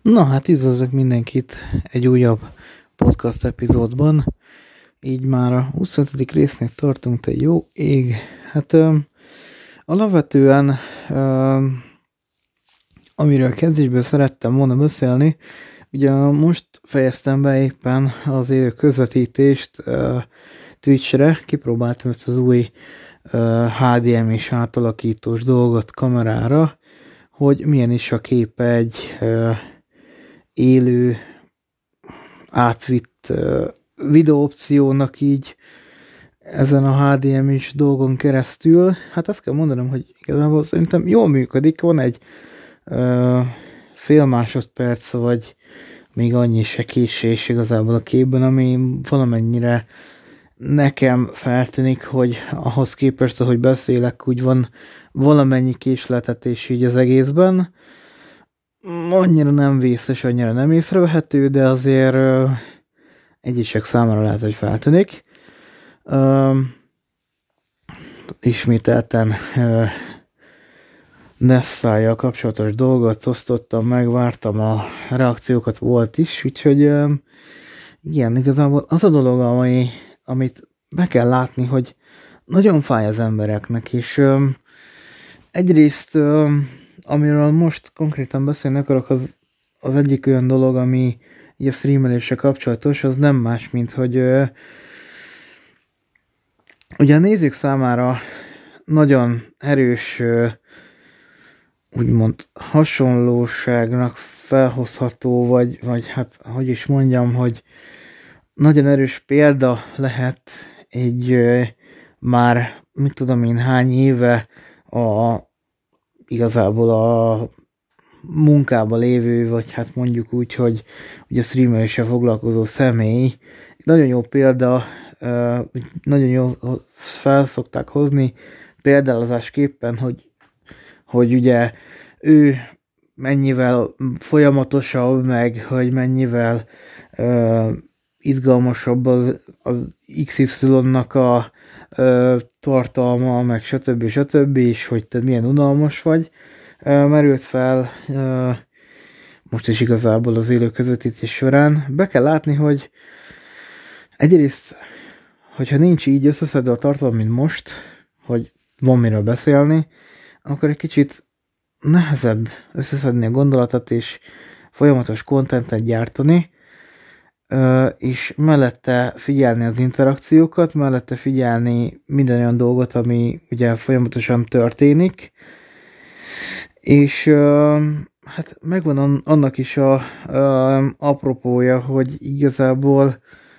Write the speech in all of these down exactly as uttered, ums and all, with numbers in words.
Na hát üdvözlök mindenkit egy újabb podcast epizódban. Így már a huszonötödik résznél tartunk, te jó ég. Hát ö, alapvetően ö, amiről kezdésből szerettem volna beszélni, ugye most fejeztem be éppen az élő közvetítést ö, Twitchre, kipróbáltam ezt az új ö, há dé em és átalakítós dolgot kamerára, hogy milyen is a kép egy ö, élő, átvitt uh, videóopciónak így ezen a há dé em-is dolgon keresztül. Hát azt kell mondanom, hogy igazából szerintem jól működik, van egy uh, fél másodperc, vagy még annyi se késés igazából a képben, ami valamennyire nekem feltűnik, hogy ahhoz képest, ahogy beszélek, úgy van valamennyi késletetés így az egészben. Annyira nem vészes, annyira nem észrevehető, de azért uh, egyesek számára lehet, hogy feltűnik. Uh, ismételten uh, Nessai-jal kapcsolatos dolgot osztottam meg, vártam a reakciókat, volt is, úgyhogy uh, igen, igazából az a dolog, ami, amit be kell látni, hogy nagyon fáj az embereknek, és uh, egyrészt uh, amiről most konkrétan beszélni akarok, az, az egyik olyan dolog, ami így a streameléssel kapcsolatos, az nem más, mint hogy ö, ugye a nézők számára nagyon erős ö, úgymond hasonlóságnak felhozható, vagy, vagy hát, hogy is mondjam, hogy nagyon erős példa lehet egy ö, már, mit tudom én, hány éve a igazából a munkában lévő, vagy hát mondjuk úgy, hogy ugye a streameléssel foglalkozó személy. Nagyon jó példa, nagyon jó fel szokták hozni példálozásképpen, hogy, hogy ugye ő mennyivel folyamatosabb, meg hogy mennyivel uh, izgalmasabb az, az iksz ipszilonnak a uh, tartalma, meg stb. stb. És hogy te milyen unalmas vagy. Uh, merült fel uh, most is igazából az élő közvetítés során. Be kell látni, hogy egyrészt, hogyha nincs így összeszedve a tartalom, mint most, hogy van miről beszélni, akkor egy kicsit nehezebb összeszedni a gondolatot és folyamatos kontentet gyártani, és mellette figyelni az interakciókat, mellette figyelni minden olyan dolgot, ami ugye folyamatosan történik, és hát megvan annak is a, a apropója, hogy igazából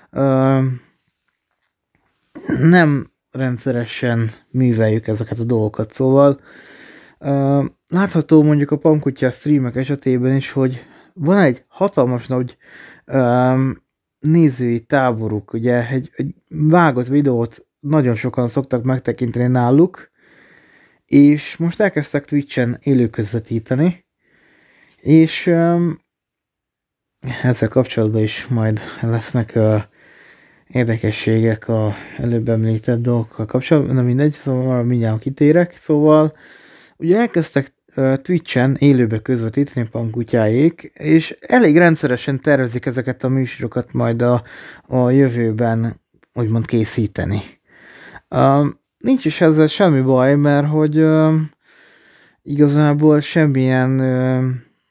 nem rendszeresen műveljük ezeket a dolgokat, szóval látható mondjuk a Pamkutya streamek esetében is, hogy van egy hatalmas nagy um, nézői táboruk, ugye egy, egy vágott videót nagyon sokan szoktak megtekinteni náluk, és most elkezdtek Twitchen élőközvetíteni, és um, ezzel kapcsolatban is majd lesznek uh, érdekességek a előbb említett dolgokkal kapcsolatban, nem mindegy, szóval mindjárt kitérek, szóval ugye elkezdtek uh, Twitchen élőbe közvetíteni Pamkutyáék, és elég rendszeresen tervezik ezeket a műsorokat majd a, a jövőben úgymond készíteni. Uh, nincs is ezzel semmi baj, mert hogy uh, igazából semmilyen uh,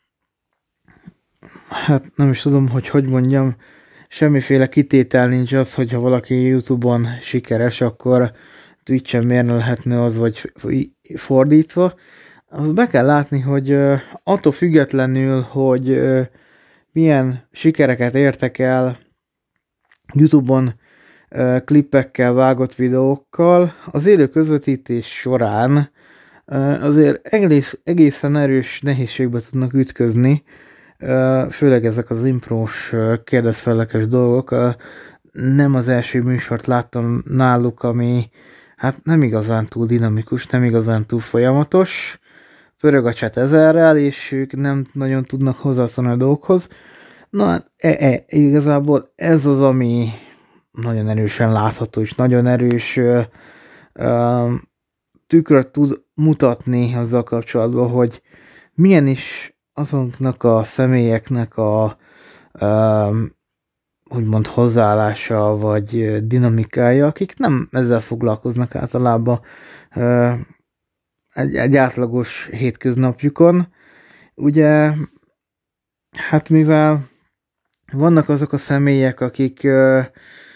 hát nem is tudom, hogy hogy mondjam, semmiféle kitétel nincs az, hogyha valaki YouTube-on sikeres, akkor Twitch-en miért ne lehetne az, vagy fordítva. Azt be kell látni, hogy uh, attól függetlenül, hogy uh, milyen sikereket értek el YouTube-on uh, klippekkel, vágott videókkal, az élő közvetítés során uh, azért egész, egészen erős nehézségbe tudnak ütközni, uh, főleg ezek az imprós, uh, kérdezfelekes dolgok. Uh, nem az első műsort láttam náluk, ami hát nem igazán túl dinamikus, nem igazán túl folyamatos. Pörög a chat ezerrel, és ők nem nagyon tudnak hozzászólni a dolgokhoz. Na hát e, e, igazából ez az, ami nagyon erősen látható, és nagyon erős ö, ö, tükröt tud mutatni azzal kapcsolatban, hogy milyen is azoknak a személyeknek a um, úgymond hozzáállása, vagy dinamikája, akik nem ezzel foglalkoznak általában uh, egy, egy átlagos hétköznapjukon. Ugye, hát mivel vannak azok a személyek, akik uh,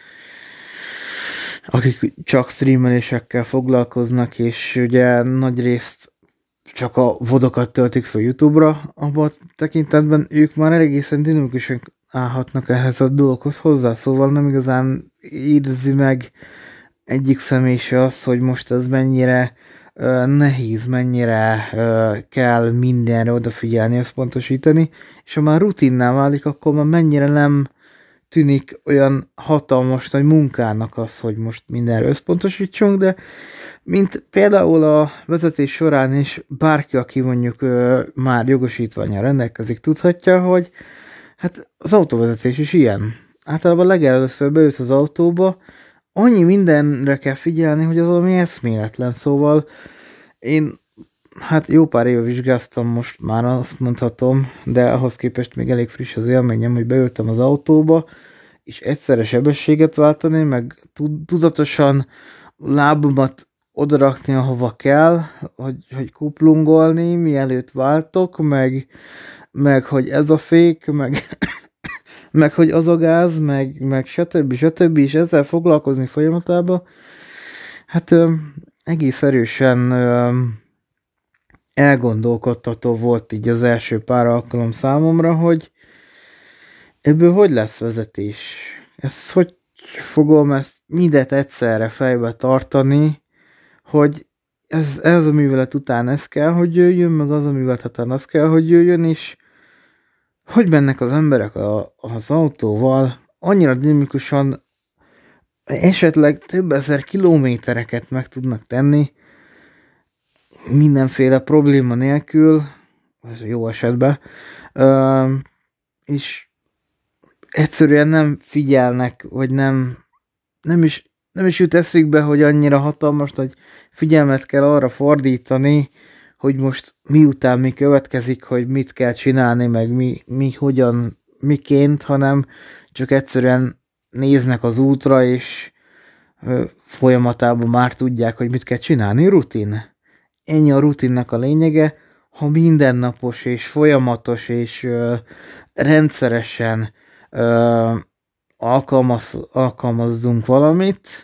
akik csak streamelésekkel foglalkoznak, és ugye nagy részt csak a vodokat töltik fel YouTube-ra, abban a tekintetben ők már egészen dinamikusan állhatnak ehhez a dologhoz hozzá, szóval nem igazán érzi meg egyik személy se az, hogy most ez mennyire uh, nehéz, mennyire uh, kell mindenre odafigyelni, összpontosítani, és ha már rutinná válik, akkor már mennyire nem tűnik olyan hatalmas nagy munkának az, hogy most mindenre összpontosítsunk, de mint például a vezetés során is bárki, aki mondjuk ö, már jogosítvánnyal rendelkezik, tudhatja, hogy hát az autóvezetés is ilyen. Általában legelőször beülsz az autóba, annyi mindenre kell figyelni, hogy az valami eszméletlen, szóval én hát jó pár éve vizsgáztam, most már azt mondhatom, de ahhoz képest még elég friss az élményem, hogy beültem az autóba, és egyszerre sebességet váltani, meg tudatosan lábamat odarakni, ahova kell, hogy, hogy kuplungolni, mielőtt váltok, meg, meg hogy ez a fék, meg, meg hogy az a gáz, meg, meg stb. stb. És ezzel foglalkozni folyamatában, hát ö, egész erősen ö, elgondolkodtató volt így az első pár alkalom számomra, hogy ebből hogy lesz vezetés? Ezt hogy fogom ezt mindet egyszerre fejbe tartani, hogy ez, ez a művelet után ez kell, hogy jöjjön, meg az a művelet után az kell, hogy jöjjön, és hogy mennek az emberek a, az autóval, annyira dinamikusan esetleg több ezer kilométereket meg tudnak tenni, mindenféle probléma nélkül, az jó esetben, uh, és egyszerűen nem figyelnek, vagy nem, nem is, nem is jut eszükbe, hogy annyira hatalmas, hogy figyelmet kell arra fordítani, hogy most miután mi következik, hogy mit kell csinálni, meg mi, mi hogyan, miként, hanem csak egyszerűen néznek az útra, és ö, folyamatában már tudják, hogy mit kell csinálni. Rutin. Ennyi a rutinnak a lényege, ha mindennapos és folyamatos és ö, rendszeresen ö, alkalmaz, alkalmazzunk valamit,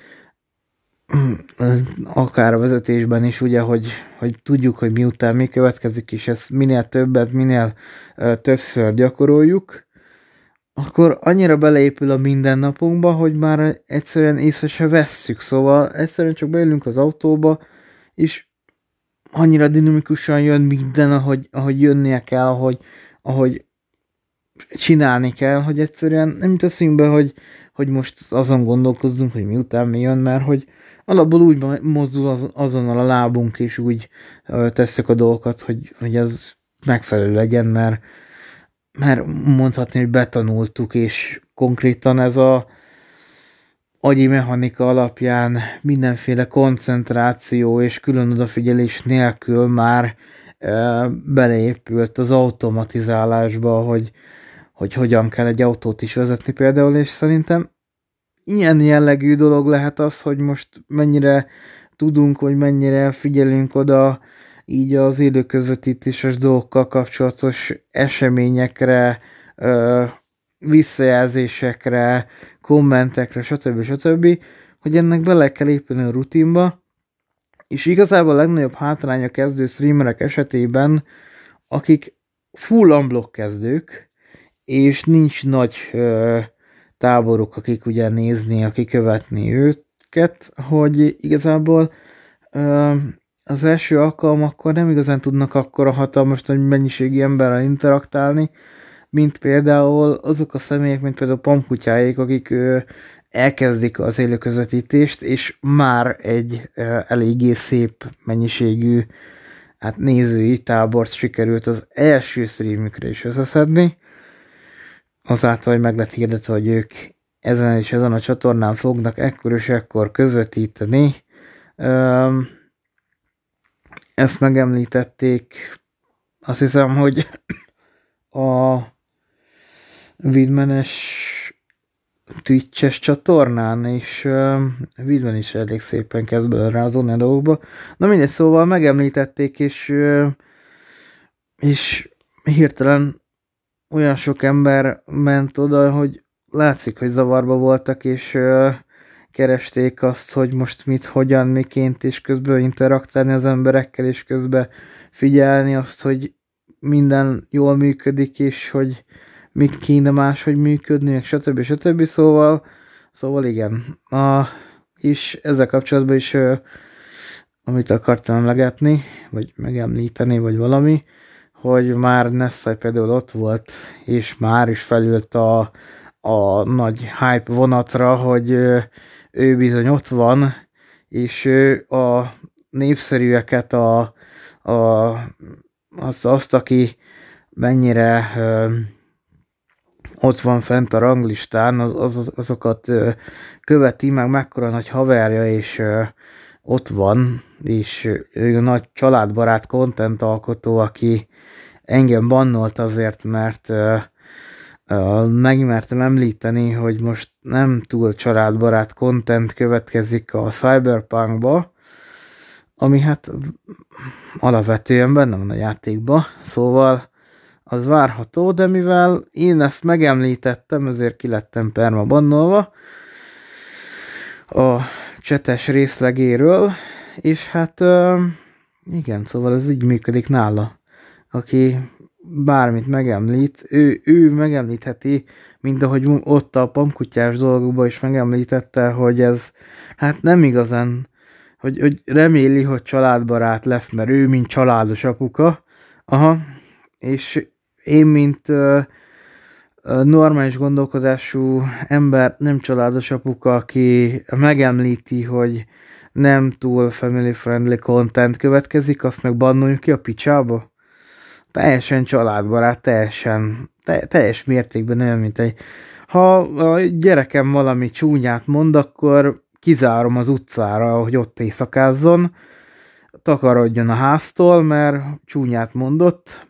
akár a vezetésben is, ugye, hogy, hogy tudjuk, hogy miután mi következik, és ezt minél többet, minél ö, többször gyakoroljuk, akkor annyira beleépül a mindennapunkba, hogy már egyszerűen észre se vesszük. Szóval egyszerűen csak beülünk az autóba, és annyira dinamikusan jön minden, ahogy, ahogy jönnie kell, ahogy, ahogy csinálni kell, hogy egyszerűen nem teszünk be, hogy, hogy most azon gondolkozzunk, hogy miután mi jön, mert hogy alapból úgy mozdul az, azonnal a lábunk, és úgy ö, tesszük a dolgokat, hogy, hogy ez megfelelő legyen, mert, mert mondhatni, hogy betanultuk, és konkrétan ez a agyi mechanika alapján mindenféle koncentráció és külön odafigyelés nélkül már ö, beleépült az automatizálásba, hogy, hogy hogyan kell egy autót is vezetni például, és szerintem ilyen jellegű dolog lehet az, hogy most mennyire tudunk, vagy mennyire figyelünk oda így az élőközvetítéses dolgokkal kapcsolatos eseményekre, ö, visszajelzésekre, kommentekre, stb. stb., hogy ennek bele kell épülni a rutinba, és igazából a legnagyobb hátránya kezdő streamerek esetében, akik full unblock kezdők, és nincs nagy ö, táborok, akik ugye nézni, akik követni őket, hogy igazából ö, az első alkalmakkor nem igazán tudnak akkora hatalmas nagy mennyiségi emberrel interaktálni, mint például azok a személyek, mint például Pamkutyáék, akik ö, elkezdik az élőközvetítést, és már egy ö, eléggé szép mennyiségű hát nézői tábort sikerült az első streamükre is összeszedni, azáltal, hogy meg lett hirdetve, hogy ők ezen és ezen a csatornán fognak ekkor és ekkor közvetíteni. Ezt megemlítették azt hiszem, hogy a Vidmenes Twitch-es csatornán, és uh, Vidmen is elég szépen kezd bele rázódni a dolgokba. Na mindegy, szóval megemlítették, és, uh, és hirtelen olyan sok ember ment oda, hogy látszik, hogy zavarba voltak, és uh, keresték azt, hogy most mit, hogyan, miként, és közben interaktálni az emberekkel, és közben figyelni azt, hogy minden jól működik, és hogy mit kéne máshogy működni, stb. stb. Szóval, szóval igen. A, és ezzel kapcsolatban is, uh, amit akartam emlegetni, vagy megemlíteni, vagy valami, hogy már Nessai például ott volt, és már is felült a, a nagy hype vonatra, hogy ő bizony ott van, és ő a népszerűeket, a, a, azt, azt, aki mennyire ö, ott van fent a ranglistán, az, az, azokat ö, követi, meg mekkora nagy haverja, és ö, ott van, és ő nagy családbarát content alkotó, aki engem bannolt azért, mert uh, uh, megmertem említeni, hogy most nem túl családbarát content következik a Cyberpunkba, ami hát alapvetően benne van a játékba, szóval az várható, de mivel én ezt megemlítettem, ezért ki lettem perma bannolva a csetes részlegéről, és hát uh, igen, szóval ez így működik nála. Aki bármit megemlít, ő, ő megemlítheti, mint ahogy ott a pamkutyás dolgokban is megemlítette, hogy ez hát nem igazán, hogy, hogy reméli, hogy családbarát lesz, mert ő mint családos apuka, aha, és én mint uh, normális gondolkodású ember, nem családos apuka, aki megemlíti, hogy nem túl family friendly content következik, azt meg bannoljuk ki a picsába. Teljesen családbarát, teljesen, te, teljes mértékben olyan, mint egy... Ha a gyerekem valami csúnyát mond, akkor kizárom az utcára, hogy ott éjszakázzon, takarodjon a háztól, mert csúnyát mondott,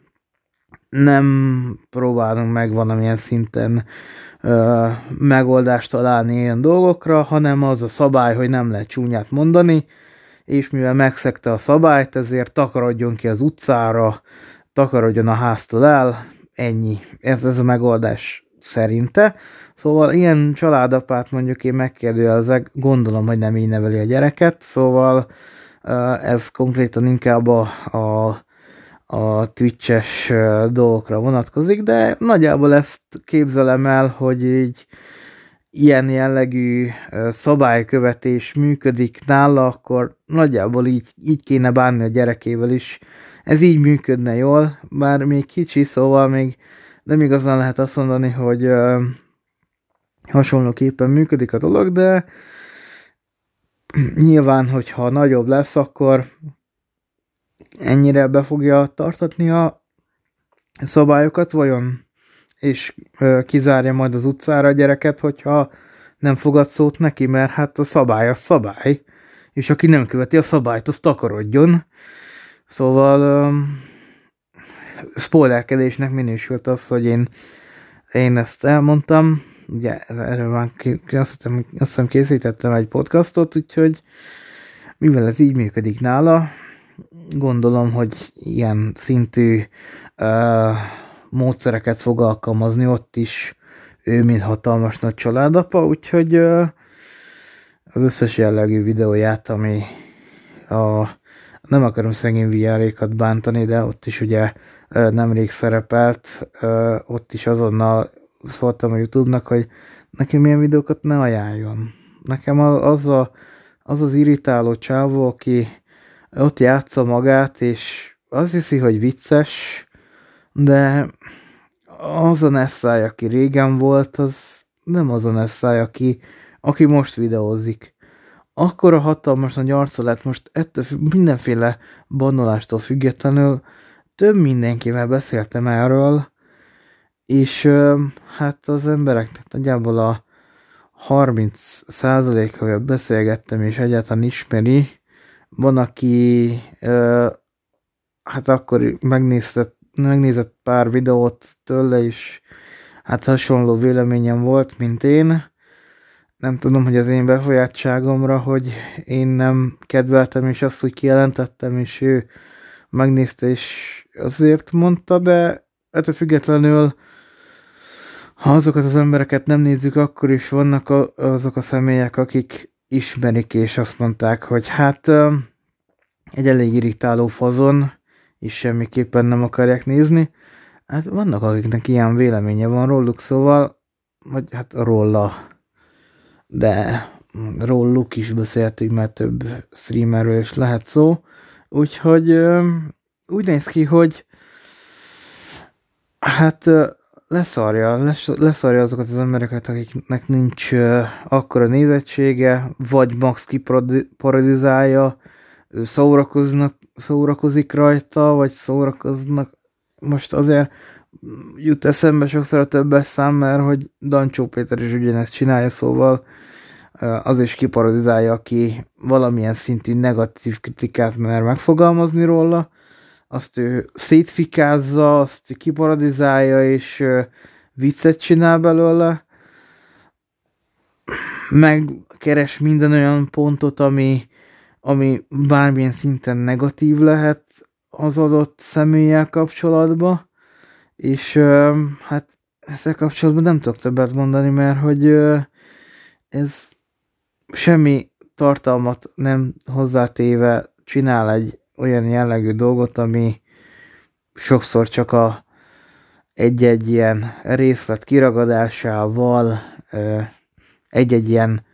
nem próbálunk meg valamilyen szinten ö, megoldást találni ilyen dolgokra, hanem az a szabály, hogy nem lehet csúnyát mondani, és mivel megszegte a szabályt, ezért takarodjon ki az utcára, takarodjon a háztól el, ennyi. Ez, ez a megoldás szerinte. Szóval ilyen családapát mondjuk én megkérdőjelezek, gondolom, hogy nem így neveli a gyereket, szóval ez konkrétan inkább a, a, a Twitch-es dolgokra vonatkozik, de nagyjából ezt képzelem el, hogy így ilyen jellegű szabálykövetés működik nála, akkor nagyjából így, így kéne bánni a gyerekével is. Ez így működne jól, bár még kicsi, szóval még nem igazán lehet azt mondani, hogy uh, hasonlóképpen működik a dolog, de nyilván, hogyha nagyobb lesz, akkor ennyire be fogja tartatni a szabályokat, vajon? És uh, kizárja majd az utcára a gyereket, hogyha nem fogad szót neki, mert hát a szabály a szabály, és aki nem követi a szabályt, az takarodjon. Szóval um, spoilerkedésnek minősült az, hogy én, én ezt elmondtam. Ugye erről már azt hiszem, azt hiszem készítettem egy podcastot, úgyhogy mivel ez így működik nála, gondolom, hogy ilyen szintű uh, módszereket fog alkalmazni ott is ő, mint hatalmas nagy családapa, úgyhogy uh, az összes jellegű videóját, ami a nem akarom szegény vé er-ékat bántani, de ott is ugye nemrég szerepelt, ott is azonnal szóltam a YouTube-nak, hogy nekem ilyen videókat ne ajánljon. Nekem az a, az, az irritáló csávó, aki ott játsza magát, és azt hiszi, hogy vicces, de az a Nessai, aki régen volt, az nem az a Nessai, aki, aki most videózik. Akkora hatalmas nagy arca lett, most ettől mindenféle bannolástól függetlenül több mindenkivel beszéltem erről, és hát az embereknek nagyjából a harminc százalékkal beszélgettem, és egyáltalán ismeri. Van, aki hát akkor megnézte megnézett pár videót tőle, és hát hasonló véleményem volt, mint én. Nem tudom, hogy az én befolyátságomra, hogy én nem kedveltem, és azt úgy kijelentettem, és ő megnézte, és azért mondta, de ettől függetlenül, ha azokat az embereket nem nézzük, akkor is vannak a, azok a személyek, akik ismerik, és azt mondták, hogy hát egy elég irritáló fazon, és semmiképpen nem akarják nézni. Hát vannak, akiknek ilyen véleménye van róluk, szóval, vagy hát róla, de róluk is beszéltünk, mert több streamerről is lehet szó. Úgyhogy úgy néz ki, hogy hát leszarja, lesz, leszarja azokat az embereket, akiknek nincs uh, akkora nézettsége, vagy max kiparodizálja, szórakoznak, szórakozik rajta, vagy szórakoznak. Most azért jut eszembe sokszor a többes szám, mert hogy Dancsó Péter is ugyanezt csinálja, szóval uh, az is kiparodizálja, aki valamilyen szintű negatív kritikát mer megfogalmazni róla, azt ő szétfikázza, azt ő kiparodizálja, és uh, viccet csinál belőle, megkeres minden olyan pontot, ami, ami bármilyen szinten negatív lehet az adott személlyel kapcsolatban, és uh, hát ezzel kapcsolatban nem tudok többet mondani, mert hogy uh, ez semmi tartalmat nem hozzátéve csinál egy olyan jellegű dolgot, ami sokszor csak a egy-egy ilyen részlet kiragadásával, egy-egy ilyen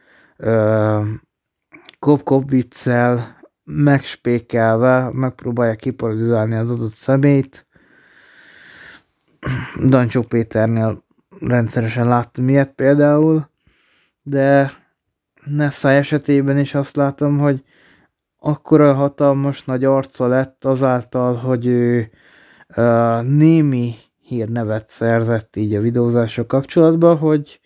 kop-kop viccel megspékelve megpróbálja kiparodizálni az adott személyt. Dancsó Péternél rendszeresen láttam ilyet például, de Nessai esetében is azt látom, hogy akkora hatalmas nagy arca lett azáltal, hogy ő uh, némi hírnevet szerzett így a videózással kapcsolatban, hogy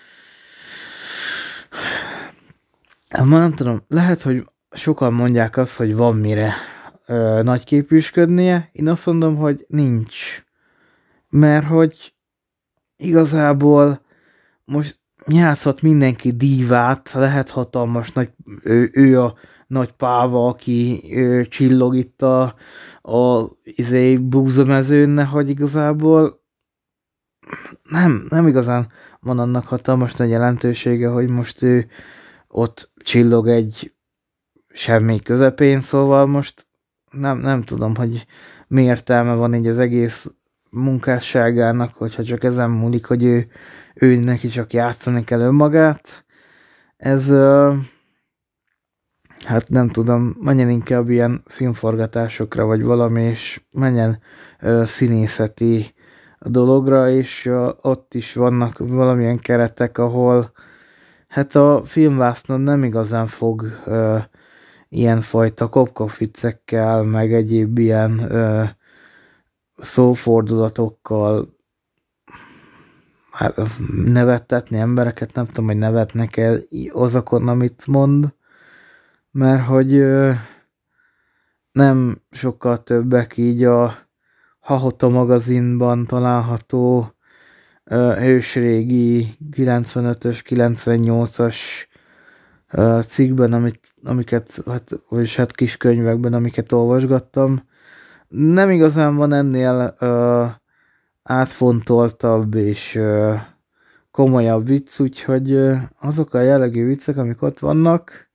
ma nem tudom, lehet, hogy sokan mondják azt, hogy van mire uh, nagy képűsködnie, én azt mondom, hogy nincs. Mert hogy igazából most játszhat mindenki dívát, lehet hatalmas nagy, ő, ő a nagy páva, aki ő, csillog itt a, a izé, búzamezőn, hogy igazából nem, nem igazán van annak hatalmas nagy jelentősége, hogy most ő ott csillog egy semmi közepén, szóval most nem, nem tudom, hogy mi értelme van így az egész munkásságának, hogyha csak ezen múlik, hogy ő, ő neki csak játszani kell önmagát. Ez hát nem tudom, menjen inkább ilyen filmforgatásokra, vagy valami, és menjen színészeti dologra, és ott is vannak valamilyen keretek, ahol hát a filmvásznon nem igazán fog ilyenfajta kopkoficcekkel, meg egyéb ilyen szófordulatokkal hát nevettetni embereket, nem tudom, hogy nevetnek-e azokon, amit mond, mert hogy ö, nem sokkal többek így a Hahota magazinban található ö, ősrégi kilencvenötös, kilencvennyolcas ö, cikkben, amit, amiket, hát, vagyis hát kis könyvekben, amiket olvasgattam. Nem igazán van ennél ö, átfontoltabb és ö, komolyabb vicc, úgyhogy ö, azok a jellegű viccek, amik ott vannak,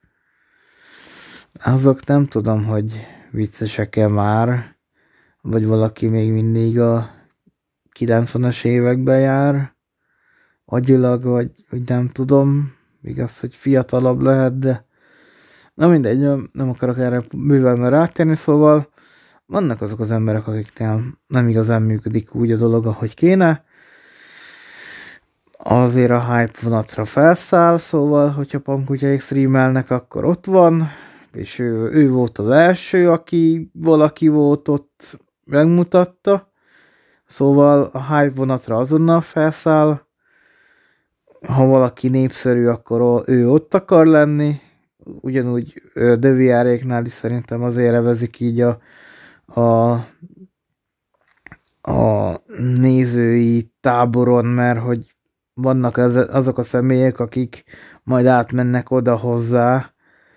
azok nem tudom, hogy viccesek-e már, vagy valaki még mindig a kilencvenes években jár, agyilag, vagy, vagy nem tudom, igaz, hogy fiatalabb lehet, de na mindegy, nem akarok erre bőven rátérni, szóval vannak azok az emberek, akiknél nem igazán működik úgy a dolog, ahogy kéne. Azért a hype vonatra felszáll, szóval, hogyha Pankutyaik streamelnek, akkor ott van, és ő, ő volt az első, aki valaki volt ott, megmutatta. Szóval a hype vonatra azonnal felszáll. Ha valaki népszerű, akkor ő ott akar lenni. Ugyanúgy Deviáréknál is szerintem azért evezik így a, a a nézői táboron, mert hogy vannak az, azok a személyek, akik majd átmennek oda hozzá,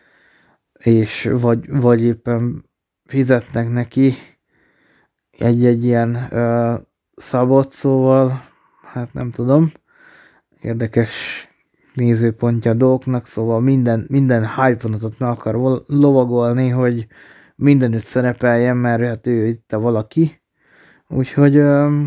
és vagy, vagy éppen fizetnek neki egy-egy ilyen ö, szabot, szóval hát nem tudom, érdekes nézőpontja a dolgoknak, szóval minden, minden hype-vonatot meg akar lovagolni, hogy mindenütt szerepeljen, mert hát ő itt a valaki. Úgyhogy ö,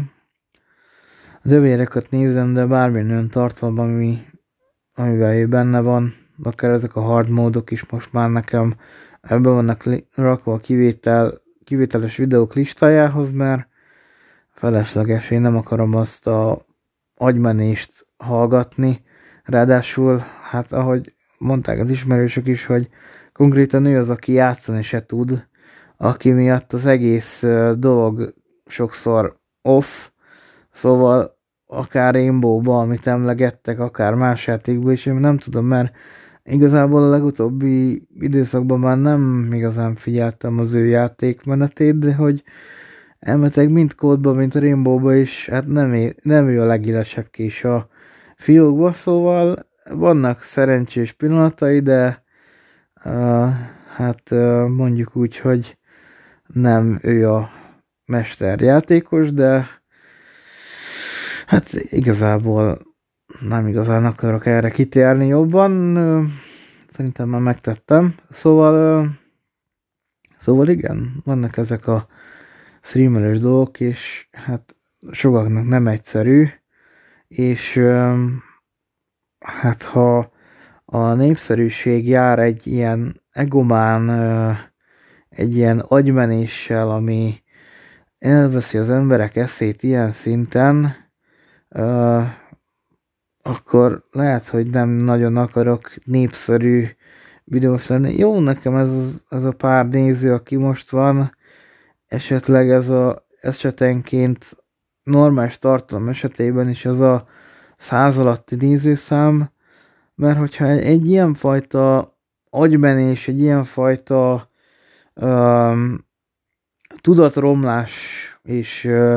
az övéreket nézem, de bármilyen olyan tartalom, ami, amivel ő benne van, akár ezek a hard módok is most már nekem ebbe vannak rakva a kivétel, kivételes videók listájához, mert felesleges, én nem akarom azt a agymenést hallgatni, ráadásul, hát ahogy mondták az ismerősök is, hogy konkrétan ő az, aki játszani se tud, aki miatt az egész dolog sokszor off, szóval akár Rainbow-ba, amit emlegettek, akár más játékban is, én nem tudom, mert igazából a legutóbbi időszakban már nem igazán figyeltem az ő játékmenetét, de hogy elmeteg mind kódba, mint a Rainbow-ba is, hát nem, é- nem ő a legélesebb kés a fiókba, szóval vannak szerencsés pillanatai, de uh, hát uh, mondjuk úgy, hogy nem ő a mesterjátékos, de hát igazából nem igazán akarok erre kitérni jobban. Szerintem már megtettem. Szóval, szóval igen, vannak ezek a streameres dolgok, és hát sokaknak nem egyszerű, és hát ha a népszerűség jár egy ilyen egomán, egy ilyen agymenéssel, ami elveszi az emberek eszét ilyen szinten, Uh, akkor lehet, hogy nem nagyon akarok népszerű videós lenni. Jó, nekem ez, ez a pár néző, aki most van, esetleg ez a esetenként normális tartalom esetében is az a száz alatti nézőszám, mert hogyha egy, egy ilyenfajta agymenés, egy ilyenfajta um, tudatromlás és uh,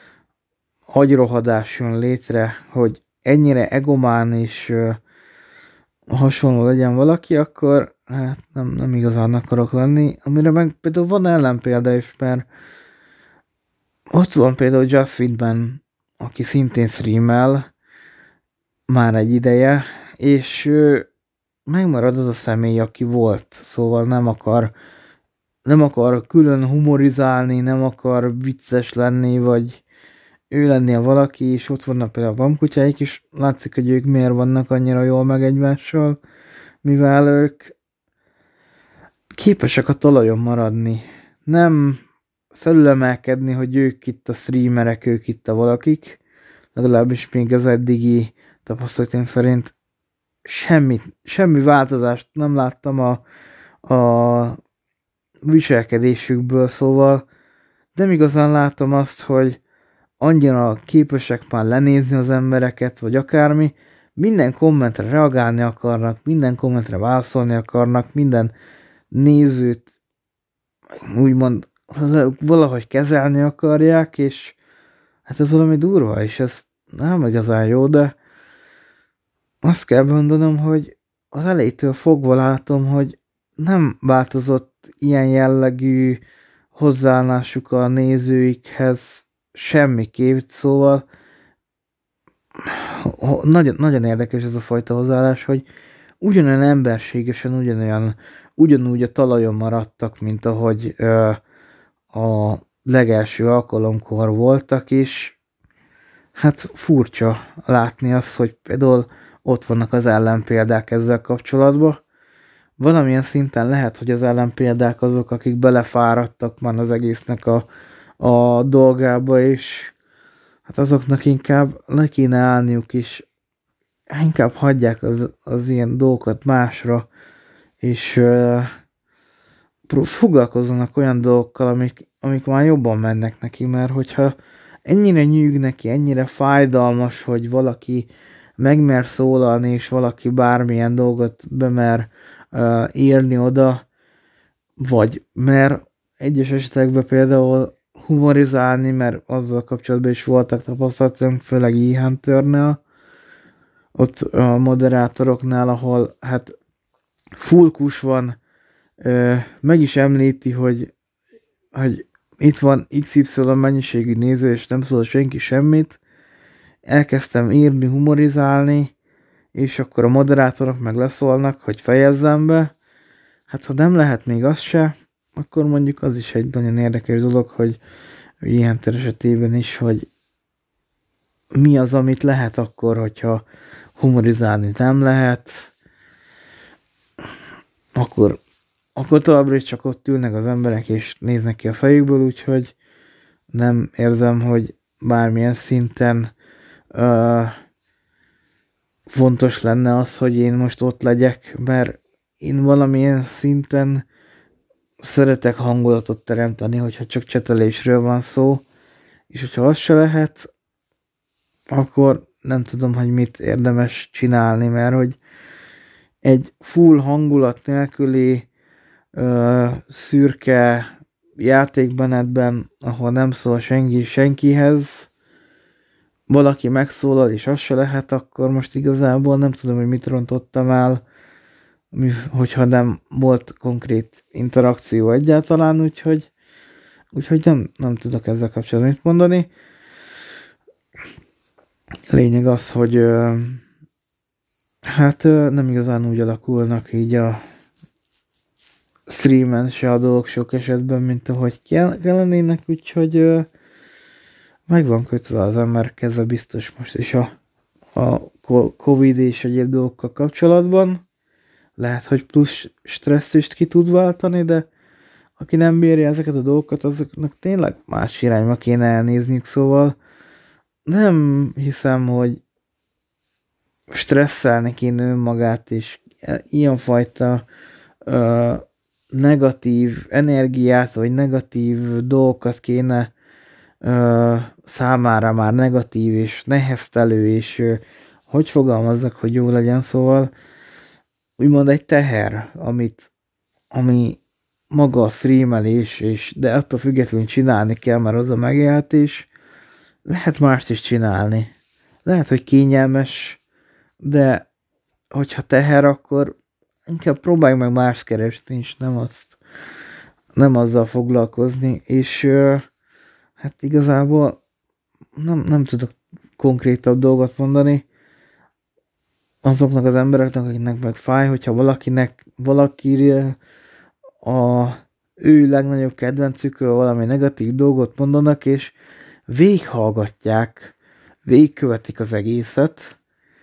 agyrohadás jön létre, hogy ennyire egomán és uh, hasonló legyen valaki, akkor hát nem, nem igazán akarok lenni. Amire meg például van ellenpélda is, mert ott van például Just Widman, aki szintén streamel már egy ideje, és uh, megmarad az a személy, aki volt, szóval nem akar nem akar külön humorizálni, nem akar vicces lenni, vagy ő lennie valaki, és ott vannak például a bamkutyáik is, látszik, hogy ők miért vannak annyira jól meg egymással, mivel ők képesek a talajon maradni. Nem felülemelkedni, hogy ők itt a streamerek, ők itt a valakik, legalábbis még az eddigi tapasztalatom szerint semmi, semmi változást nem láttam a, a viselkedésükből, szóval nem igazán látom azt, hogy annyira képesek már lenézni az embereket, vagy akármi, minden kommentre reagálni akarnak, minden kommentre válaszolni akarnak, minden nézőt úgymond valahogy kezelni akarják, és hát ez valami durva, és ez nem igazán jó, de azt kell mondanom, hogy az elejétől fogva látom, hogy nem változott ilyen jellegű hozzáállásuk a nézőikhez semmiképp, szóval nagyon, nagyon érdekes ez a fajta hozzáállás, hogy ugyanolyan emberségesen, ugyanolyan, ugyanúgy a talajon maradtak, mint ahogy ö, a legelső alkalomkor voltak, és hát furcsa látni azt, hogy például ott vannak az ellenpéldák ezzel kapcsolatban. Valamilyen szinten lehet, hogy az ellenpéldák azok, akik belefáradtak már az egésznek a, a dolgába, és hát azoknak inkább le kéne állniuk is, inkább hagyják az, az ilyen dolgokat másra, és uh, foglalkozzanak olyan dolgokkal, amik, amik már jobban mennek neki, mert hogyha ennyire nyűg neki, ennyire fájdalmas, hogy valaki megmer szólalni, és valaki bármilyen dolgot bemer uh, írni oda, vagy mert egyes esetekben például humorizálni, mert azzal kapcsolatban is voltak tapasztalatom, főleg e-Hunter-nél, ott a moderátoroknál, ahol hát full kus van, ö, meg is említi, hogy, hogy itt van iksz ipszilon mennyiségű néző, és nem szól senki semmit. Elkezdtem írni, humorizálni, és akkor a moderátorok meg leszólnak, hogy fejezzem be. Hát ha nem lehet még az se, akkor mondjuk az is egy nagyon érdekes dolog, hogy ilyen esetében is, hogy mi az, amit lehet akkor, hogyha humorizálni nem lehet, akkor, akkor továbbra is csak ott ülnek az emberek, és néznek ki a fejükből, úgyhogy nem érzem, hogy bármilyen szinten uh, fontos lenne az, hogy én most ott legyek, mert én valamilyen szinten szeretek hangulatot teremteni, hogyha csak csetelésről van szó, és hogyha az se lehet, akkor nem tudom, hogy mit érdemes csinálni, mert hogy egy full hangulat nélküli ö, szürke játékmenetben, ahol nem szól senki senkihez, valaki megszólal, és az se lehet, akkor most igazából nem tudom, hogy mit rontottam el, hogyha nem volt konkrét interakció egyáltalán, úgyhogy, úgyhogy nem, nem tudok ezzel kapcsolatban mit mondani. Lényeg az, hogy hát nem igazán úgy alakulnak így a streamen se a dolgok sok esetben, mint ahogy kellenének, úgyhogy meg van kötve az ember keze biztos most is a, a Covid és egyéb dolgokkal kapcsolatban. Lehet, hogy plusz stresszt is ki tud váltani, de aki nem bírja ezeket a dolgokat, azoknak tényleg más irányba kéne elnézniük, szóval nem hiszem, hogy stresszelni kéne önmagát, és ilyenfajta ö, negatív energiát, vagy negatív dolgokat kéne ö, számára már negatív és neheztelő, és ö, hogy fogalmazzak, hogy jó legyen, szóval úgymond egy teher, amit, ami maga a streamelés, és, de attól függetlenül csinálni kell, mert az a megélhetés, lehet mást is csinálni. Lehet, hogy kényelmes, de hogyha teher, akkor inkább próbálj meg más keresni, és nem azt, nem azzal foglalkozni, és hát igazából nem, nem tudok konkrétabb dolgot mondani azoknak az embereknek, akiknek meg fáj, hogyha valakinek, valaki a ő legnagyobb kedvencükről valami negatív dolgot mondanak, és végighallgatják, végigkövetik az egészet,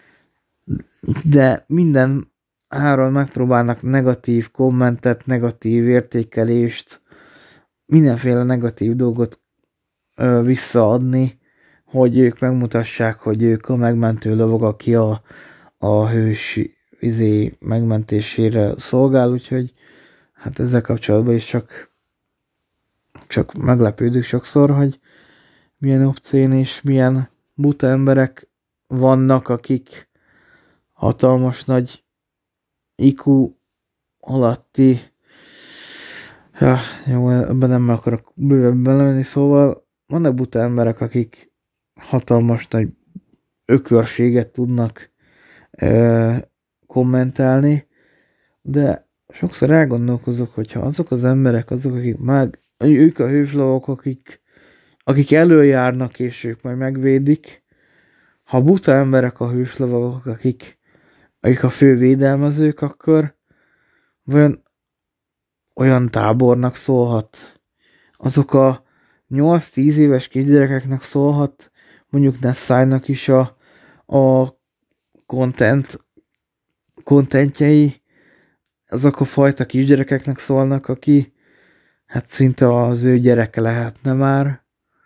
de minden áron megpróbálnak negatív kommentet, negatív értékelést, mindenféle negatív dolgot ö, visszaadni, hogy ők megmutassák, hogy ők a megmentő lovag, aki a, a hős izé megmentésére szolgál, úgyhogy hát ezzel kapcsolatban is csak, csak meglepődök sokszor, hogy milyen obszén és milyen buta emberek vannak, akik hatalmas nagy i kú alatti, ja, jó, ebben nem akarok bővebben belemenni, szóval vannak buta emberek, akik hatalmas nagy ökörséget tudnak e, kommentálni, de sokszor elgondolkozok, hogyha azok az emberek, azok, akik már, ők a hőslovak, akik, akik előjárnak, és ők majd megvédik, ha buta emberek a hőslovagok, akik, akik a fő védelmezők, akkor olyan, olyan tábornak szólhat. Azok a nyolc-tíz éves kisgyerekeknek szólhat, mondjuk Nessai-nak is a, a content, contentjei, azok a fajta kisgyerekeknek szólnak, aki hát szinte az ő gyereke lehetne már.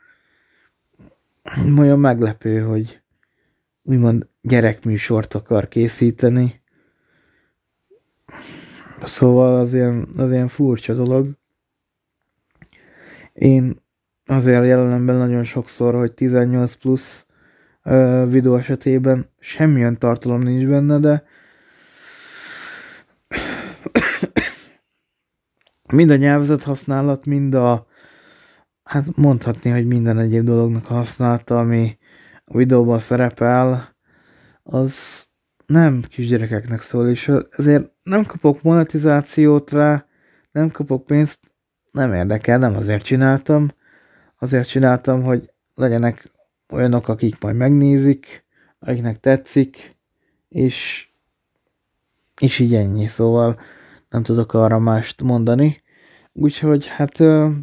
Olyan meglepő, hogy úgymond gyerekműsort akar készíteni. Szóval az ilyen, az ilyen furcsa dolog. Én azért jelenemben nagyon sokszor, hogy tizennyolc plusz uh, videó esetében semmilyen tartalom nincs benne, de mind a nyelvezet használat, mind a hát mondhatni, hogy minden egyéb dolognak a használata, ami a videóban szerepel, az nem kisgyerekeknek szól, és ezért nem kapok monetizációt rá, nem kapok pénzt, nem érdekel, nem azért csináltam. Azért csináltam, hogy legyenek olyanok, akik majd megnézik, akiknek tetszik, és, és így ennyi, szóval nem tudok arra mást mondani. Úgyhogy hát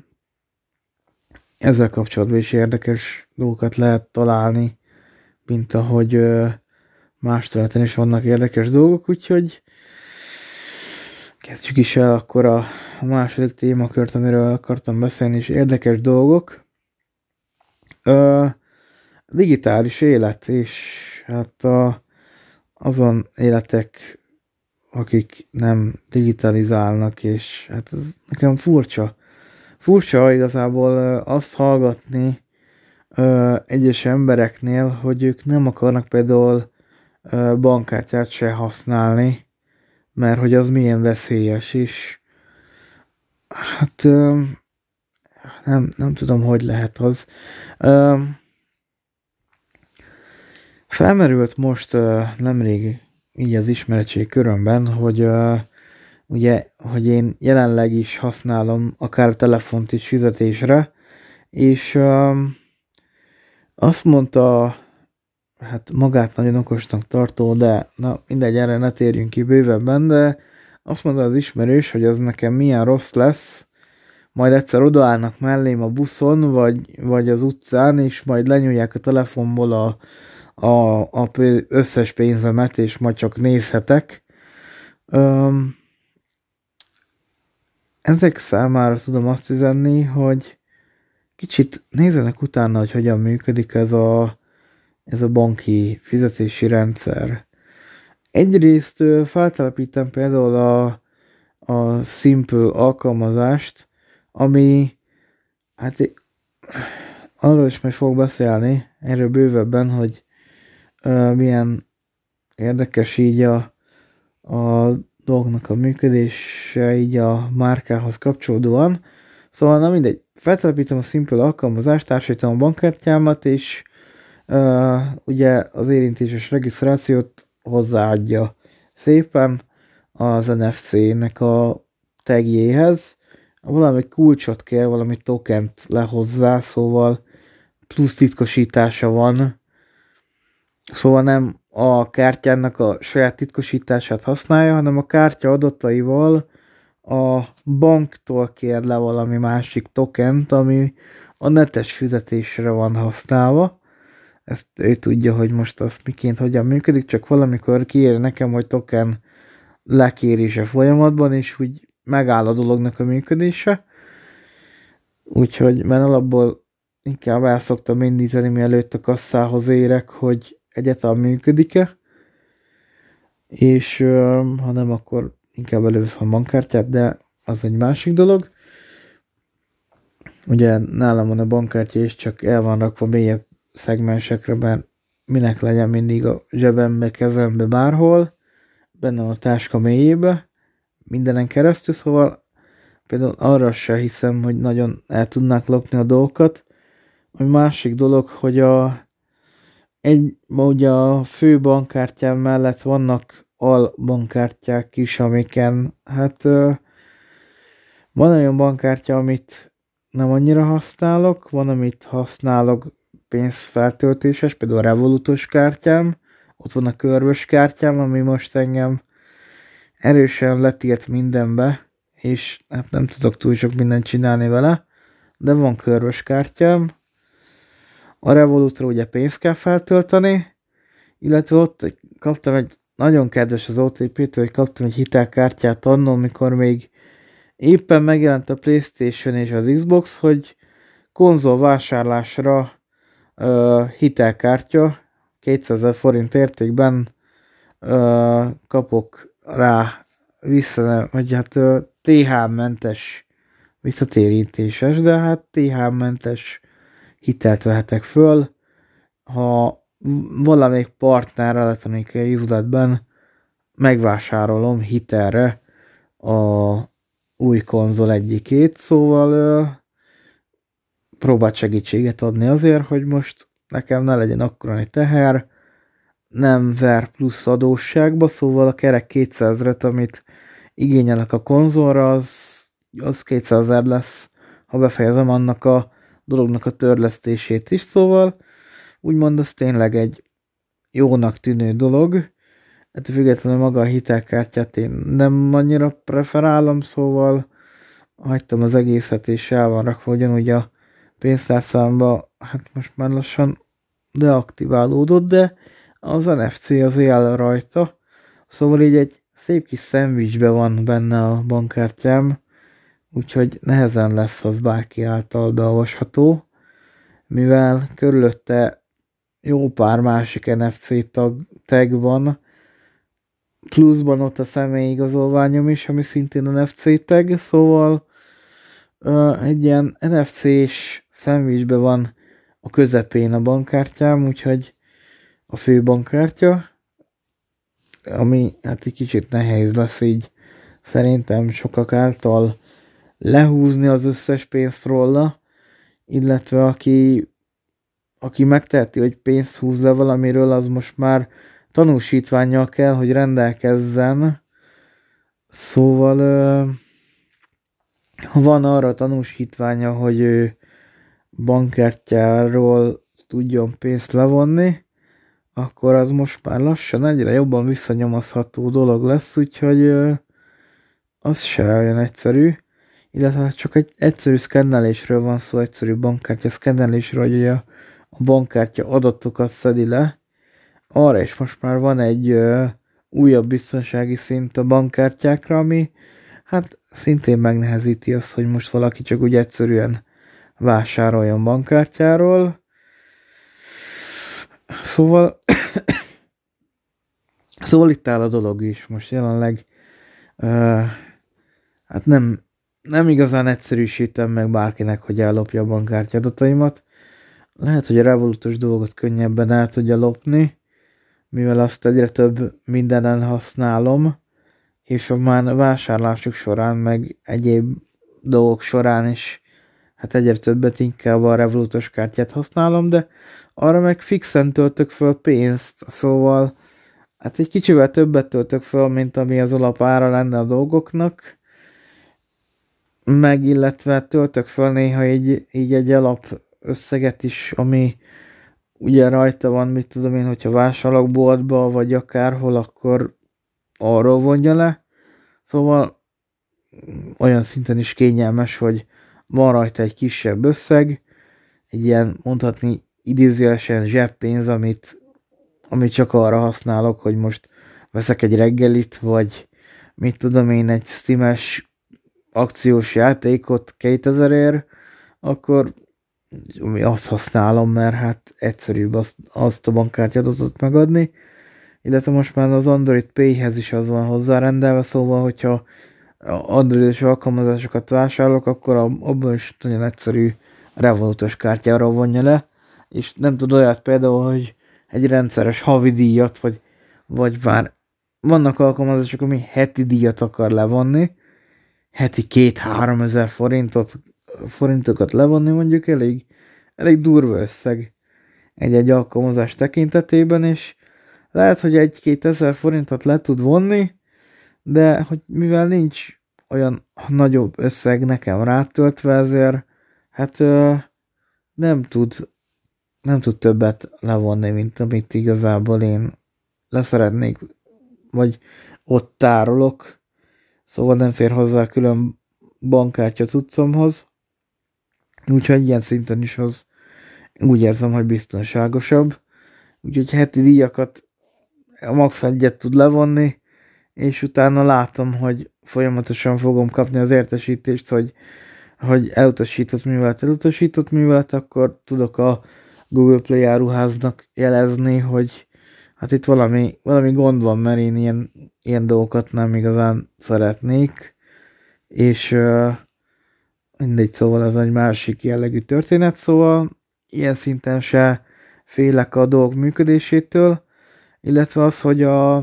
ezzel kapcsolatban is érdekes dolgokat lehet találni, mint ahogy más területen is vannak érdekes dolgok, úgyhogy kezdjük is el akkor a második témakört, amiről akartam beszélni, és érdekes dolgok. Ö, digitális élet, és hát a, azon életek, akik nem digitalizálnak, és hát ez nekem furcsa. Furcsa igazából azt hallgatni ö, egyes embereknél, hogy ők nem akarnak például ö, bankkártyát se használni, mert hogy az milyen veszélyes is. Hát ö, nem, nem tudom, hogy lehet az. Ö, felmerült most ö, nemrég így az ismeretség körömben, hogy ö, ugye, hogy én jelenleg is használom akár telefont is fizetésre, és ö, azt mondta, hát magát nagyon okosnak tartó, de na mindegy, erre ne térjünk ki bővebben, de azt mondta az ismerős, hogy az nekem milyen rossz lesz, majd egyszer odaállnak mellém a buszon, vagy, vagy az utcán, és majd lenyúlják a telefonból a, a, a összes pénzemet, és majd csak nézhetek. Öm, ezek számára tudom azt üzenni, hogy kicsit nézzenek utána, hogy hogyan működik ez a, ez a banki fizetési rendszer. Egyrészt feltelepítem például a, a Simple alkalmazást, ami, hát arról is majd fogok beszélni, erről bővebben, hogy uh, milyen érdekes így a, a dolgnak a működése így a márkához kapcsolódóan. Szóval na mindegy, feltelepítem a Simple alkalmazást, társítom a bankkártyámat, és uh, ugye az érintéses regisztrációt hozzáadja szépen az en ef cé-nek a tagjéhez. Valami kulcsot kell, valami tokent lehozzá, szóval plusz titkosítása van. Szóval nem a kártyának a saját titkosítását használja, hanem a kártya adataival a banktól kér le valami másik tokent, ami a netes fizetésre van használva. Ezt ő tudja, hogy most az miként hogyan működik, csak valamikor kiír nekem, hogy token lekérése folyamatban, és úgy megáll a dolognak a működése. Úgyhogy, mert alapból inkább el szoktam indítani, mielőtt a kasszához érek, hogy egyáltalán működik-e. És ha nem, akkor inkább előveszem a bankkártyát, de az egy másik dolog. Ugye nálam van a bankkártya, és csak el van rakva mélyebb szegmensekre, mert minek legyen mindig a zsebembe, kezembe, bárhol, benne a táska mélyébe, mindenen keresztül, szóval például arra se hiszem, hogy nagyon el tudnák lopni a dolgokat. A másik dolog, hogy a, egy, ugye a fő bankkártyám mellett vannak albankkártyák is, amiken hát van olyan bankkártya, amit nem annyira használok, van, amit használok pénzfeltöltéses, például a Revolutos kártyám, ott van a körvös kártyám, ami most engem erősen letilt mindenbe, és hát nem tudok túl sok mindent csinálni vele, de van körvös kártyám. A Revolutra ugye pénzt kell feltölteni, illetve ott kaptam egy, nagyon kedves az o té pé-től, hogy kaptam egy hitelkártyát annól, mikor még éppen megjelent a PlayStation és az Xbox, hogy konzol vásárlásra uh, hitelkártya kétszázezer forint értékben uh, kapok rá vissza, vagy hát uh, té há-mentes visszatérítéses, de hát té há-mentes hitelt vehetek föl, ha valamelyik partner elektronikai üzletben megvásárolom hitelre a új konzol egyikét, szóval próbált segítséget adni azért, hogy most nekem ne legyen akkora egy teher, nem ver plusz adósságba, szóval a kerek kétszázezret, amit igényelek a konzolra, az, az kétszázezer lesz, ha befejezem annak a dolognak a törlesztését is, szóval úgymond az tényleg egy jónak tűnő dolog. Ettől függetlenül maga a hitelkártyát én nem annyira preferálom, szóval hagytam az egészet, és el van rakva ugyanúgy a pénztárcámba, hát most már lassan deaktiválódott, de az en ef cé az él rajta, szóval így egy szép kis szendvicsbe van benne a bankkártyám, úgyhogy nehezen lesz az bárki által beolvasható, mivel körülötte jó pár másik en ef cé tag, tag van, pluszban ott a személyigazolványom is, ami szintén en ef cé tag, szóval uh, egy ilyen en ef cés szendvicsbe van a közepén a bankkártyám, úgyhogy a fő bankkártya, ami hát egy kicsit nehéz lesz így szerintem sokak által lehúzni az összes pénzt róla, illetve aki, aki megteheti, hogy pénzt húz le valamiről, az most már tanúsítvánnyal kell, hogy rendelkezzen. Szóval ha van arra tanúsítványa, hogy ő bankkártyáról tudjon pénzt levonni, akkor az most már lassan egyre jobban visszanyomozható dolog lesz, úgyhogy az se olyan egyszerű, illetve csak egy egyszerű szkennelésről van szó, egyszerű bankkártya szkennelésről, hogy a, a bankkártya adatokat szedi le. Arra is most már van egy ö, újabb biztonsági szint a bankkártyákra, ami hát szintén megnehezíti azt, hogy most valaki csak úgy egyszerűen vásároljon bankkártyáról. Szóval szóval itt áll a dolog is. Most jelenleg uh, hát nem, nem igazán egyszerűsítem meg bárkinek, hogy ellopja a bankkártya adataimat. Lehet, hogy a Revolutos dolgot könnyebben el tudja lopni, mivel azt egyre több mindenen használom, és a már vásárlások során, meg egyéb dolgok során is hát egyre többet inkább a Revolutos kártyát használom, de arra meg fixen töltök föl pénzt, szóval hát egy kicsivel többet töltök föl, mint ami az alapára lenne a dolgoknak, meg illetve töltök föl néha így, így egy alap összeget is, ami ugye rajta van, mit tudom én, hogyha vásárolok boltba, vagy akárhol, akkor arról vonja le. Szóval olyan szinten is kényelmes, hogy van rajta egy kisebb összeg, egy ilyen mondhatni idézőjelesen zseppénz, amit, amit csak arra használok, hogy most veszek egy reggelit, vagy mit tudom én, egy Steam-es akciós játékot kétezerért, akkor azt használom, mert hát egyszerűbb azt, azt a bankkártyadatot megadni, illetve most már az Android Pay-hez is az van hozzárendelve, szóval hogyha androidos alkalmazásokat vásárolok, akkor abban is nagyon egyszerű Revolutos kártyára vonja le, és nem tud olyat például, hogy egy rendszeres havi díjat, vagy, vagy már vannak alkalmazások, ami heti díjat akar levonni, heti két-három ezer forintot, forintokat levonni mondjuk elég, elég durva összeg egy-egy alkalmazás tekintetében, és lehet, hogy egy-két ezer forintot le tud vonni, de hogy mivel nincs olyan nagyobb összeg nekem rátöltve, ezért hát ö, nem tud nem tud többet levonni, mint amit igazából én leszeretnék, vagy ott tárolok, szóval nem fér hozzá külön bankkártya cuccomhoz, úgyhogy ilyen szinten is az úgy érzem, hogy biztonságosabb, úgyhogy heti díjakat max. Egyet tud levonni, és utána látom, hogy folyamatosan fogom kapni az értesítést, hogy, hogy elutasított művelet, elutasított művelet, akkor tudok a Google Play áruháznak jelezni, hogy hát itt valami, valami gond van, mert én ilyen, ilyen dolgokat nem igazán szeretnék, és uh, mindegy, szóval ez egy másik jellegű történet, szóval ilyen szinten se félek a dolgok működésétől, illetve az, hogy a,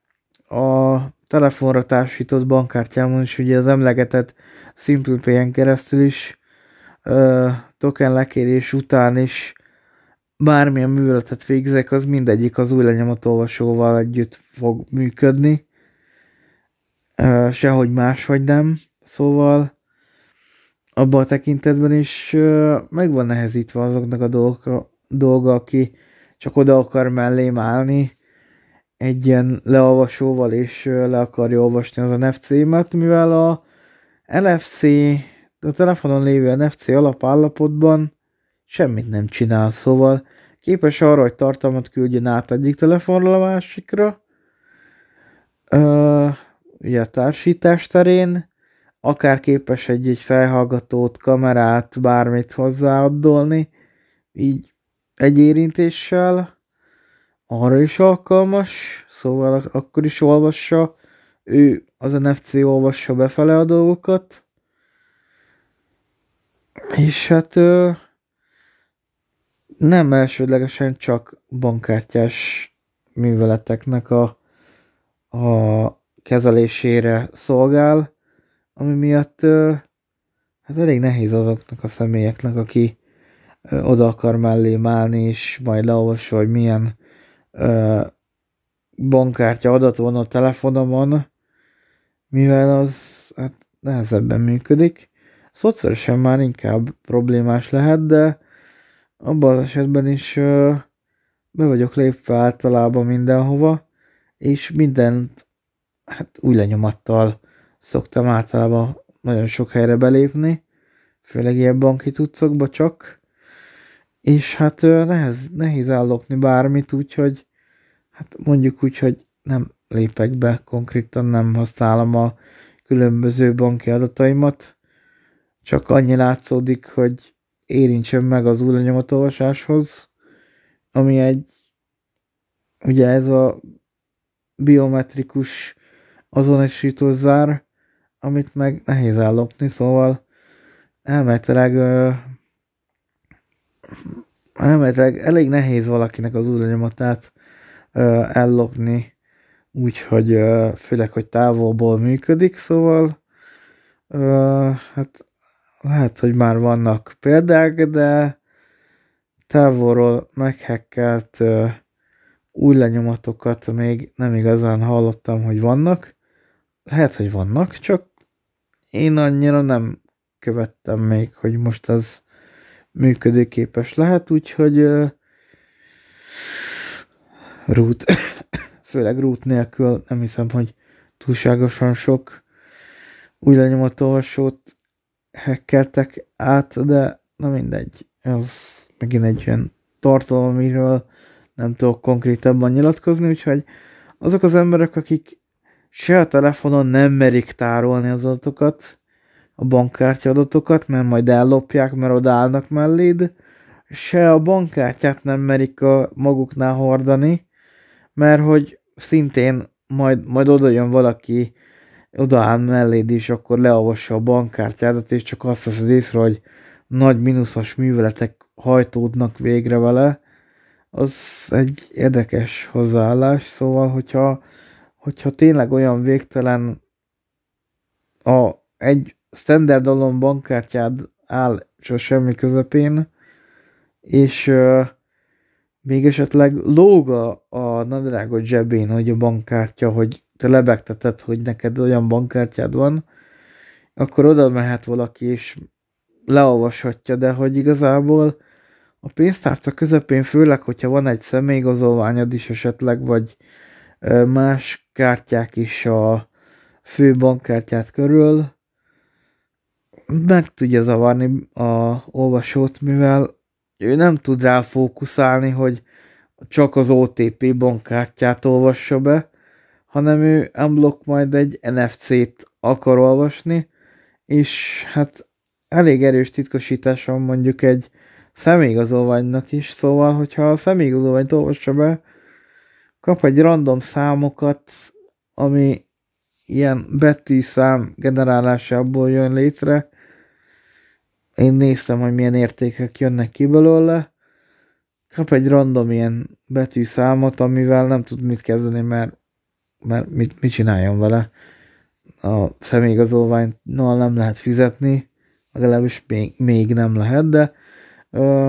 a telefonra társított bankkártyámon is ugye az emlegetett SimplePay-en keresztül is ö, token lekérés után is bármilyen műveletet végzek, az mindegyik az új lenyomatolvasóval együtt fog működni. Ö, sehogy máshogy nem. Szóval abban a tekintetben is ö, meg van nehezítve azoknak a dolga, dolga, aki csak oda akar mellém állni egy ilyen leolvasóval, és ö, le akarja olvasni az en ef cé-met, mivel a en ef cé, a telefonon lévő en ef cé alapállapotban semmit nem csinál, szóval képes arra, hogy tartalmat küldjön át egyik telefonról a másikra, ö, ugye a társítás terén, akár képes egy-egy felhallgatót, kamerát, bármit hozzáadolni, így egy érintéssel, arra is alkalmas, szóval akkor is olvassa, ő az en ef cé olvassa befele a dolgokat, és hát ö, nem elsődlegesen csak bankkártyás műveleteknek a, a kezelésére szolgál, ami miatt ö, hát elég nehéz azoknak a személyeknek, aki ö, oda akar mellém állni, és majd leolvassa, hogy milyen ö, bankkártya adat van a telefonomon, mivel az hát nehezebben működik. Szoftveresen már inkább problémás lehet, de abban az esetben is ö, be vagyok lépve általában mindenhova, és mindent hát új lenyomattal szoktam általában nagyon sok helyre belépni, főleg ilyen banki cuccokba csak, és hát ö, nehez, nehéz ellopni bármit, úgyhogy hát mondjuk úgy, hogy nem lépek be, konkrétan nem használom a különböző banki adataimat, csak annyi látszódik, hogy érintsem meg az új lenyomatolvasáshoz, ami egy, ugye ez a biometrikus azonosító zár, amit meg nehéz ellopni, szóval elméletileg, ö, elméletileg elég nehéz valakinek az új lenyomatát ö, ellopni, úgyhogy ö, főleg, hogy távolból működik, szóval ö, hát lehet, hogy már vannak példák, de távolról meghackelt ö, új lenyomatokat még nem igazán hallottam, hogy vannak. Lehet, hogy vannak, csak én annyira nem követtem még, hogy most ez működőképes lehet, úgyhogy uh, root, főleg root nélkül nem hiszem, hogy túlságosan sok új lenyomatolvasót hackeltek át, de na mindegy, ez megint egy olyan tartalom, amiről nem tudok konkrétabban nyilatkozni, úgyhogy azok az emberek, akik se a telefonon nem merik tárolni az adatokat, a bankkártya adatokat, mert majd ellopják, mert odaállnak melléd, se a bankkártyát nem merik a maguknál hordani, mert hogy szintén majd, majd oda jön valaki, odaáll melléd, és akkor leolvassa a bankkártyádat, és csak azt veszed észre, hogy nagy mínuszos műveletek hajtódnak végre vele, az egy érdekes hozzáállás, szóval, hogyha, hogyha tényleg olyan végtelen a, egy standard alon bankkártyád áll csak semmi közepén, és euh, még esetleg lóg a, a nadrágod zsebén, hogy a bankkártya, hogy te lebegteted, hogy neked olyan bankkártyád van, akkor oda mehet valaki, és leolvashatja, de hogy igazából a pénztárca közepén, főleg, hogyha van egy személyigazolványod is esetleg, vagy más kártyák is a fő bankkártyát körül, meg tudja zavarni a olvasót, mivel ő nem tud rá fókuszálni, hogy csak az o té pé bankkártyát olvassa be, hanem ő unblock majd egy en ef cét akar olvasni, és hát elég erős titkosítás van mondjuk egy személyigazolványnak is, szóval, hogyha a személyigazolványt olvassa be, kap egy random számokat, ami ilyen betűszám generálásából jön létre. Én néztem, hogy milyen értékek jönnek ki belőle. Kap egy random ilyen betűszámot, amivel nem tud mit kezdeni, mert, mert mit, mit csináljon vele. A személyigazolványnal nem lehet fizetni, legalábbis még, még nem lehet, de ö,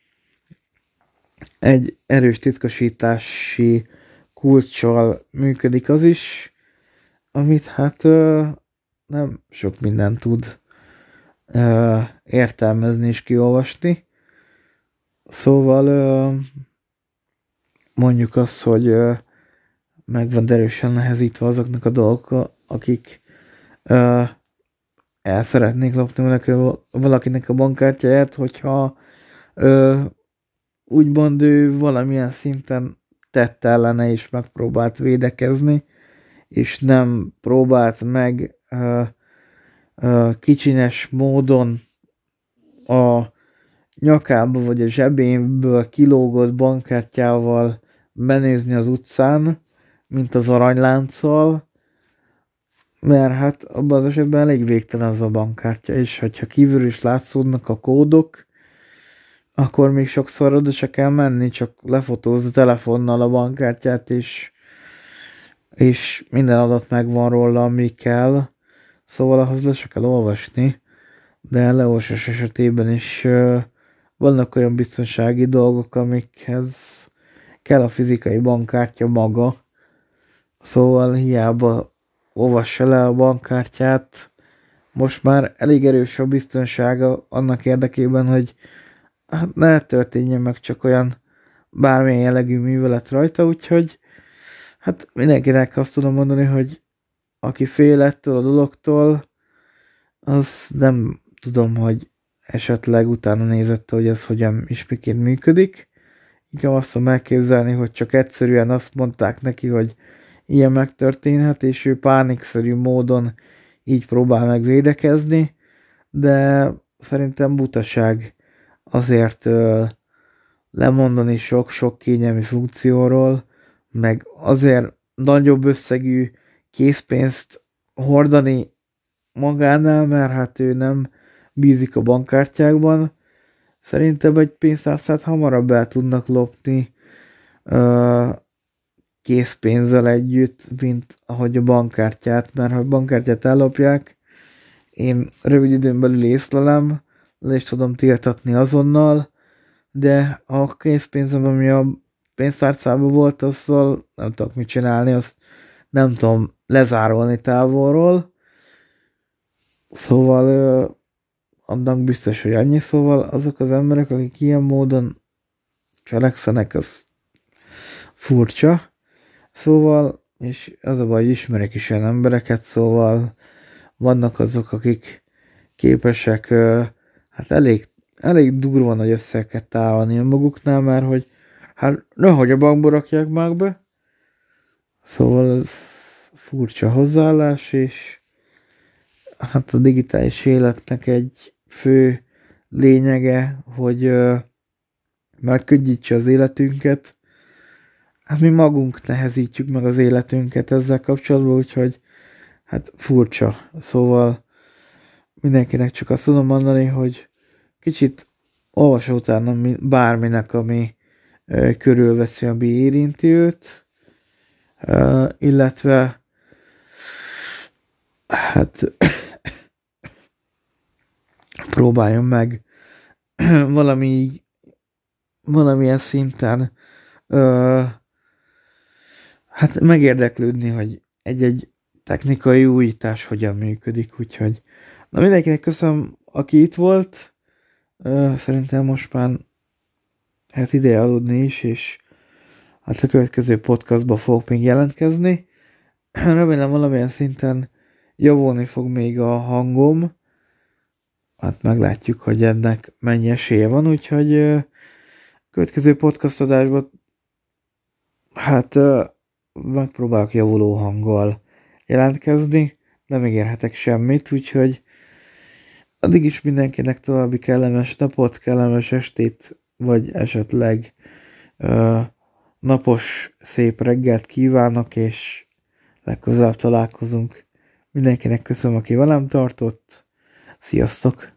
egy erős titkosítási kulccsal működik az is, amit hát ö, nem sok mindent tud ö, értelmezni és kiolvasni. Szóval ö, mondjuk azt, hogy ö, meg van erősen nehezítve azoknak a dolgok, akik ö, el szeretnék lopni valakinek a bankkártyáját, hogyha ö, úgymond ő valamilyen szinten tett ellene és megpróbált védekezni, és nem próbált meg ö, ö, kicsines módon a nyakába vagy a zsebénből kilógott bankkártyával benézni az utcán, mint az aranylánccal, mert hát abban az esetben elég végtelen az a bankkártya, és hogyha kívül is látszódnak a kódok, akkor még sokszor oda se kell menni, csak lefotózz a telefonnal a bankkártyát, és, és minden adat megvan róla, ami kell. Szóval ahhoz le se kell olvasni, de leolvasás esetében is uh, vannak olyan biztonsági dolgok, amikhez kell a fizikai bankkártya maga. Szóval hiába olvassa le a bankkártyát, most már elég erős a biztonsága annak érdekében, hogy hát ne történjen meg csak olyan bármilyen jellegű művelet rajta, úgyhogy hát mindenkinek azt tudom mondani, hogy aki fél ettől a dologtól, az nem tudom, hogy esetleg utána nézett, hogy ez hogyan is miként működik. Inkább azt tudom elképzelni, hogy csak egyszerűen azt mondták neki, hogy ilyen megtörténhet, és ő pánikszerű módon így próbál megvédekezni, de szerintem butaság azért ö, lemondani sok-sok kényelmi funkcióról, meg azért nagyobb összegű készpénzt hordani magánál, mert hát ő nem bízik a bankkártyákban. Szerintem egy pénztárcát hamarabb el tudnak lopni ö, készpénzzel együtt, mint ahogy a bankkártyát, mert ha a bankkártyát ellopják, én rövid időn belül észlelem, le is tudom tiltatni azonnal, de a készpénzem, ami a pénztárcában volt, azzal nem tudok mit csinálni, azt nem tudom lezárolni távolról. Szóval ö, annak biztos, hogy annyi. Szóval azok az emberek, akik ilyen módon cselekszenek, az furcsa. Szóval, és az a baj, hogy ismerek is ilyen embereket, szóval vannak azok, akik képesek ö, hát elég, elég durva nagy összeget tálalni maguknál, mert hogy hát nehogy a bankba rakják már be. Szóval ez furcsa hozzáállás, és hát a digitális életnek egy fő lényege, hogy ö, megkönnyítse az életünket. Hát mi magunk nehezítjük meg az életünket ezzel kapcsolatban, úgyhogy hát furcsa. Szóval mindenkinek csak azt tudom mondani, hogy kicsit olvassa utána bárminek, ami ö, körülveszi, ami érinti őt, ö, illetve hát próbáljon meg valami valamilyen szinten ö, hát megérdeklődni, hogy egy-egy technikai újítás hogyan működik, úgyhogy na mindenkinek köszönöm, aki itt volt. Ö, szerintem most már hát ideje aludni is, és hát a következő podcastban fogok még jelentkezni. Remélem valamilyen szinten javulni fog még a hangom. Hát meglátjuk, hogy ennek mennyi esélye van, úgyhogy ö, következő podcast adásban hát ö, megpróbálok javuló hanggal jelentkezni, nem ígérhetek semmit, úgyhogy addig is mindenkinek további kellemes napot, kellemes estét, vagy esetleg ö, napos, szép reggelt kívánok, és legközelebb találkozunk. Mindenkinek köszönöm, aki velem tartott. Sziasztok!